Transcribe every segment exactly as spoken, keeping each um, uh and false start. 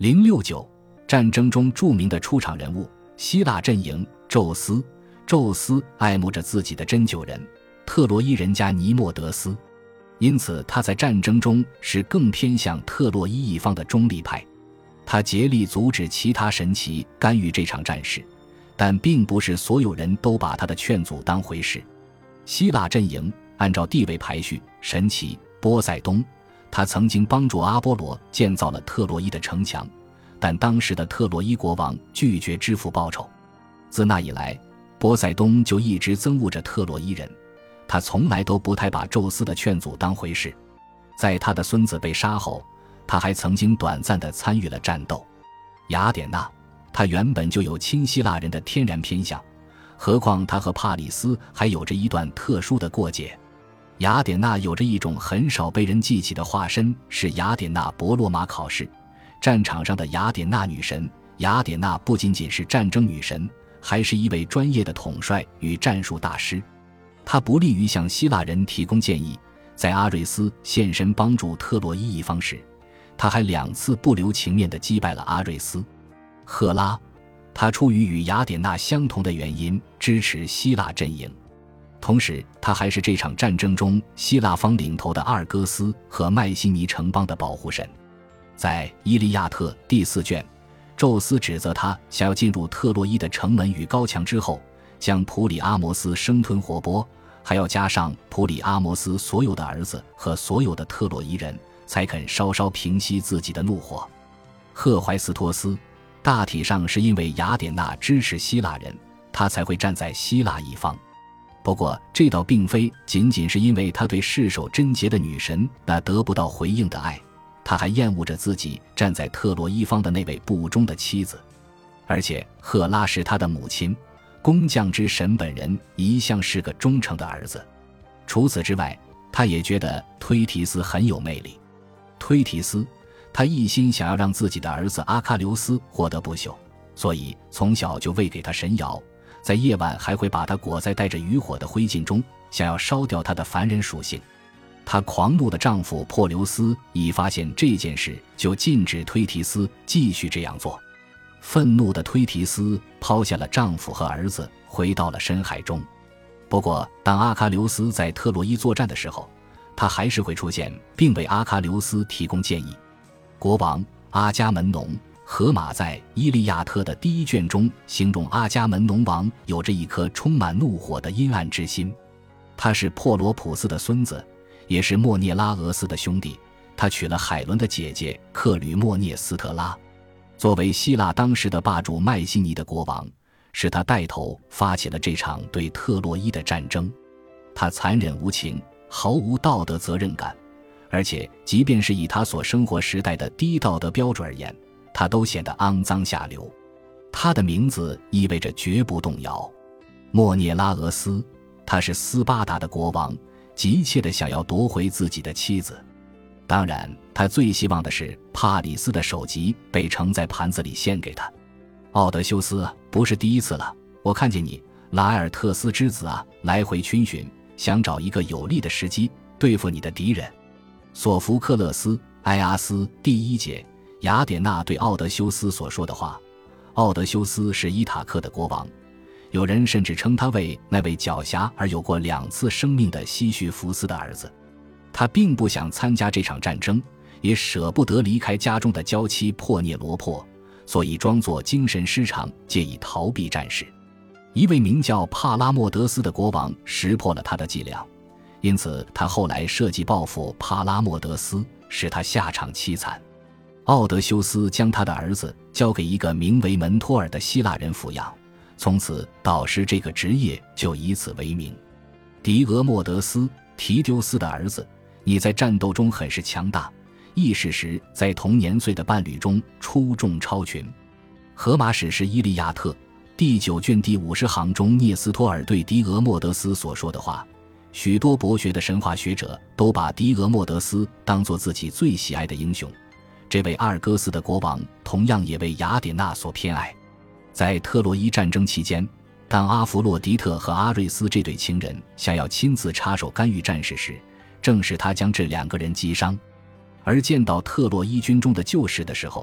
零六九战争中著名的出场人物，希腊阵营，宙斯。宙斯爱慕着自己的针灸人特洛伊人家尼莫德斯，因此他在战争中是更偏向特洛伊一方的中立派。他竭力阻止其他神祇干预这场战事，但并不是所有人都把他的劝阻当回事。希腊阵营按照地位排序，神祇波塞冬，他曾经帮助阿波罗建造了特洛伊的城墙，但当时的特洛伊国王拒绝支付报酬。自那以来，波塞冬就一直憎恶着特洛伊人，他从来都不太把宙斯的劝阻当回事。在他的孙子被杀后，他还曾经短暂地参与了战斗。雅典娜，他原本就有亲希腊人的天然偏向，何况他和帕里斯还有着一段特殊的过节。雅典娜有着一种很少被人记起的化身，是雅典娜伯洛马考试，战场上的雅典娜女神。雅典娜不仅仅是战争女神，还是一位专业的统帅与战术大师。他不利于向希腊人提供建议，在阿瑞斯现身帮助特洛伊一方时，他还两次不留情面地击败了阿瑞斯。赫拉，他出于与雅典娜相同的原因支持希腊阵营，同时他还是这场战争中希腊方领头的阿尔戈斯和迈锡尼城邦的保护神。在《伊利亚特》第四卷，宙斯指责他想要进入特洛伊的城门与高墙之后，将普里阿摩斯生吞活剥，还要加上普里阿摩斯所有的儿子和所有的特洛伊人，才肯稍稍平息自己的怒火。赫淮斯托斯，大体上是因为雅典娜支持希腊人，他才会站在希腊一方。不过这倒并非仅仅是因为他对世守贞洁的女神那得不到回应的爱，他还厌恶着自己站在特洛伊方的那位不忠的妻子。而且赫拉是他的母亲，工匠之神本人一向是个忠诚的儿子。除此之外，他也觉得推提斯很有魅力。推提斯，他一心想要让自己的儿子阿喀琉斯获得不朽，所以从小就喂给他神瑶，在夜晚还会把他裹在带着余火的灰烬中，想要烧掉他的凡人属性。她狂怒的丈夫珀留斯一发现这件事，就禁止推提斯继续这样做。愤怒的推提斯抛下了丈夫和儿子，回到了深海中。不过当阿喀琉斯在特洛伊作战的时候，他还是会出现并为阿喀琉斯提供建议。国王阿伽门农，荷马在《伊利亚特》的第一卷中形容阿伽门农王有着一颗充满怒火的阴暗之心。他是珀罗普斯的孙子，也是莫涅拉俄斯的兄弟，他娶了海伦的姐姐克吕莫涅斯特拉。作为希腊当时的霸主迈锡尼的国王，是他带头发起了这场对特洛伊的战争。他残忍无情，毫无道德责任感，而且即便是以他所生活时代的低道德标准而言，他都显得肮脏下流。他的名字意味着绝不动摇。莫涅拉俄斯，他是斯巴达的国王，急切地想要夺回自己的妻子。当然他最希望的是帕里斯的首级被盛在盘子里献给他。奥德修斯，不是第一次了，我看见你拉埃尔特斯之子啊，来回逡巡，想找一个有利的时机对付你的敌人。索福克勒斯埃阿斯第一节，雅典娜对奥德修斯所说的话。奥德修斯是伊塔克的国王，有人甚至称他为那位狡黠而有过两次生命的西绪福斯的儿子。他并不想参加这场战争，也舍不得离开家中的娇妻珀涅罗珀，所以装作精神失常，借以逃避战事。一位名叫帕拉莫德斯的国王识破了他的伎俩，因此他后来设计报复帕拉莫德斯，使他下场凄惨。奥德修斯将他的儿子交给一个名为门托尔的希腊人抚养，从此导师这个职业就以此为名。狄俄莫德斯，提丢斯的儿子，你在战斗中很是强大，意识时在同年岁的伴侣中出众超群。荷马史诗《伊利亚特》第九卷第五十行中，涅斯托尔对狄俄莫德斯所说的话，许多博学的神话学者都把狄俄莫德斯当作自己最喜爱的英雄。这位阿尔戈斯的国王同样也为雅典娜所偏爱。在特洛伊战争期间，当阿弗洛狄特和阿瑞斯这对情人想要亲自插手干预战事时，正是他将这两个人击伤。而见到特洛伊军中的旧事的时候，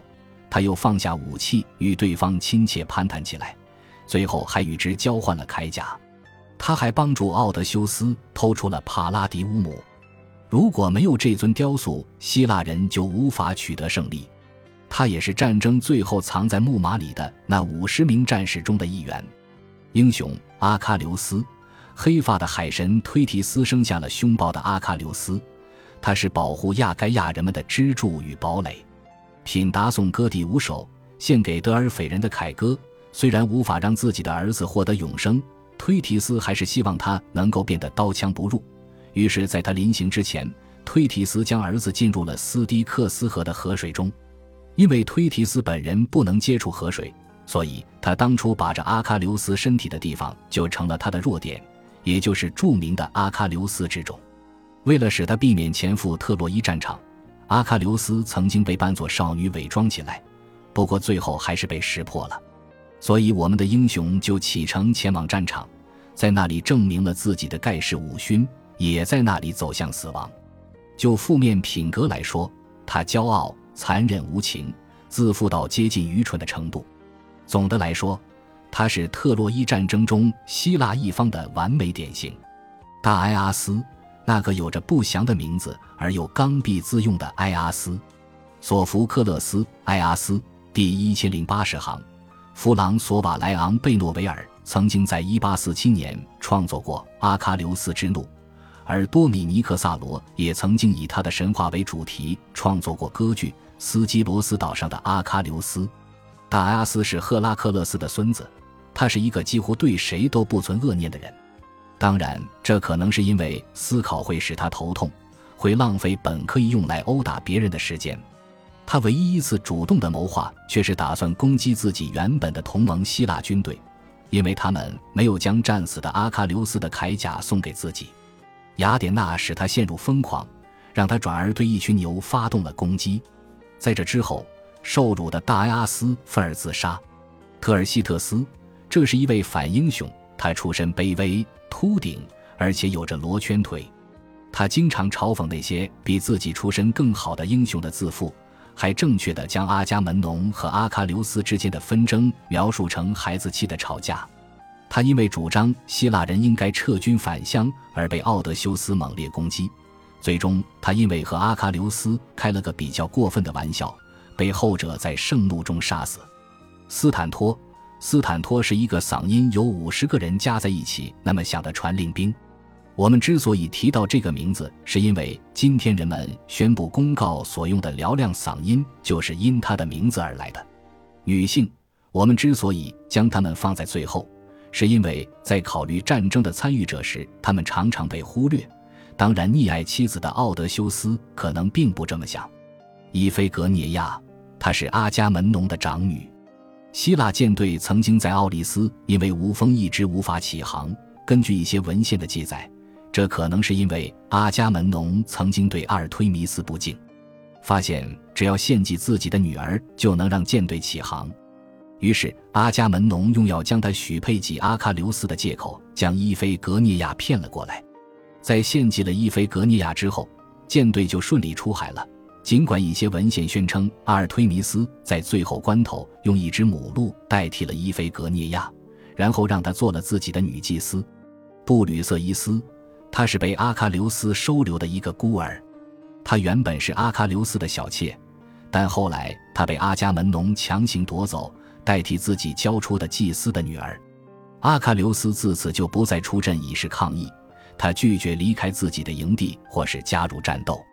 他又放下武器与对方亲切攀谈起来，最后还与之交换了铠甲。他还帮助奥德修斯偷出了帕拉迪乌姆。如果没有这尊雕塑，希腊人就无法取得胜利。他也是战争最后藏在木马里的那五十名战士中的一员。英雄阿喀琉斯，黑发的海神推提斯生下了凶暴的阿喀琉斯，他是保护亚该亚人们的支柱与堡垒。品达颂歌第五首，献给德尔斐人的凯歌，虽然无法让自己的儿子获得永生，推提斯还是希望他能够变得刀枪不入。于是在他临行之前，推提斯将儿子进入了斯迪克斯河的河水中。因为推提斯本人不能接触河水，所以他当初把着阿喀琉斯身体的地方就成了他的弱点，也就是著名的阿喀琉斯之踵。为了使他避免前赴特洛伊战场，阿喀琉斯曾经被扮作少女伪装起来，不过最后还是被识破了。所以我们的英雄就启程前往战场，在那里证明了自己的盖世武勋，也在那里走向死亡。就负面品格来说，他骄傲、残忍无情，自负到接近愚蠢的程度。总的来说，他是特洛伊战争中希腊一方的完美典型。大埃阿斯，那个有着不祥的名字而又刚愎自用的埃阿斯。索福克勒斯，埃阿斯，第一千零八十行。弗朗索瓦莱昂贝诺维尔曾经在一八四七年创作过《阿喀琉斯之怒》，而多米尼克萨罗也曾经以他的神话为主题创作过歌剧《斯基罗斯岛上的阿喀琉斯》。大埃阿斯是赫拉克勒斯的孙子，他是一个几乎对谁都不存恶念的人。当然，这可能是因为思考会使他头痛，会浪费本可以用来殴打别人的时间。他唯一一次主动的谋划却是打算攻击自己原本的同盟希腊军队，因为他们没有将战死的阿喀琉斯的铠甲送给自己。雅典娜使他陷入疯狂，让他转而对一群牛发动了攻击。在这之后，受辱的大埃阿斯愤而自杀。特尔西特斯，这是一位反英雄，他出身卑微、秃顶，而且有着罗圈腿。他经常嘲讽那些比自己出身更好的英雄的自负，还正确地将阿伽门农和阿喀琉斯之间的纷争描述成孩子气的吵架。他因为主张希腊人应该撤军返乡而被奥德修斯猛烈攻击，最终他因为和阿喀琉斯开了个比较过分的玩笑，被后者在盛怒中杀死。斯坦托，斯坦托是一个嗓音有五十个人加在一起那么响的传令兵。我们之所以提到这个名字，是因为今天人们宣布公告所用的嘹亮嗓音就是因他的名字而来的。女性，我们之所以将她们放在最后，是因为在考虑战争的参与者时，她们常常被忽略。当然，溺爱妻子的奥德修斯可能并不这么想。伊菲格涅亚，她是阿伽门农的长女。希腊舰队曾经在奥利斯因为无风一直无法起航，根据一些文献的记载，这可能是因为阿伽门农曾经对阿尔忒弥斯不敬，发现只要献祭自己的女儿就能让舰队起航。于是阿伽门农用要将他许配给阿喀琉斯的借口，将伊菲格涅亚骗了过来。在献祭了伊菲格涅亚之后，舰队就顺利出海了。尽管一些文献宣称阿尔忒弥斯在最后关头用一只母鹿代替了伊菲格涅亚，然后让她做了自己的女祭司。布吕瑟伊斯，她是被阿喀琉斯收留的一个孤儿。她原本是阿喀琉斯的小妾，但后来她被阿伽门农强行夺走，代替自己交出的祭司的女儿。阿喀琉斯自此就不再出阵以示抗议，他拒绝离开自己的营地或是加入战斗。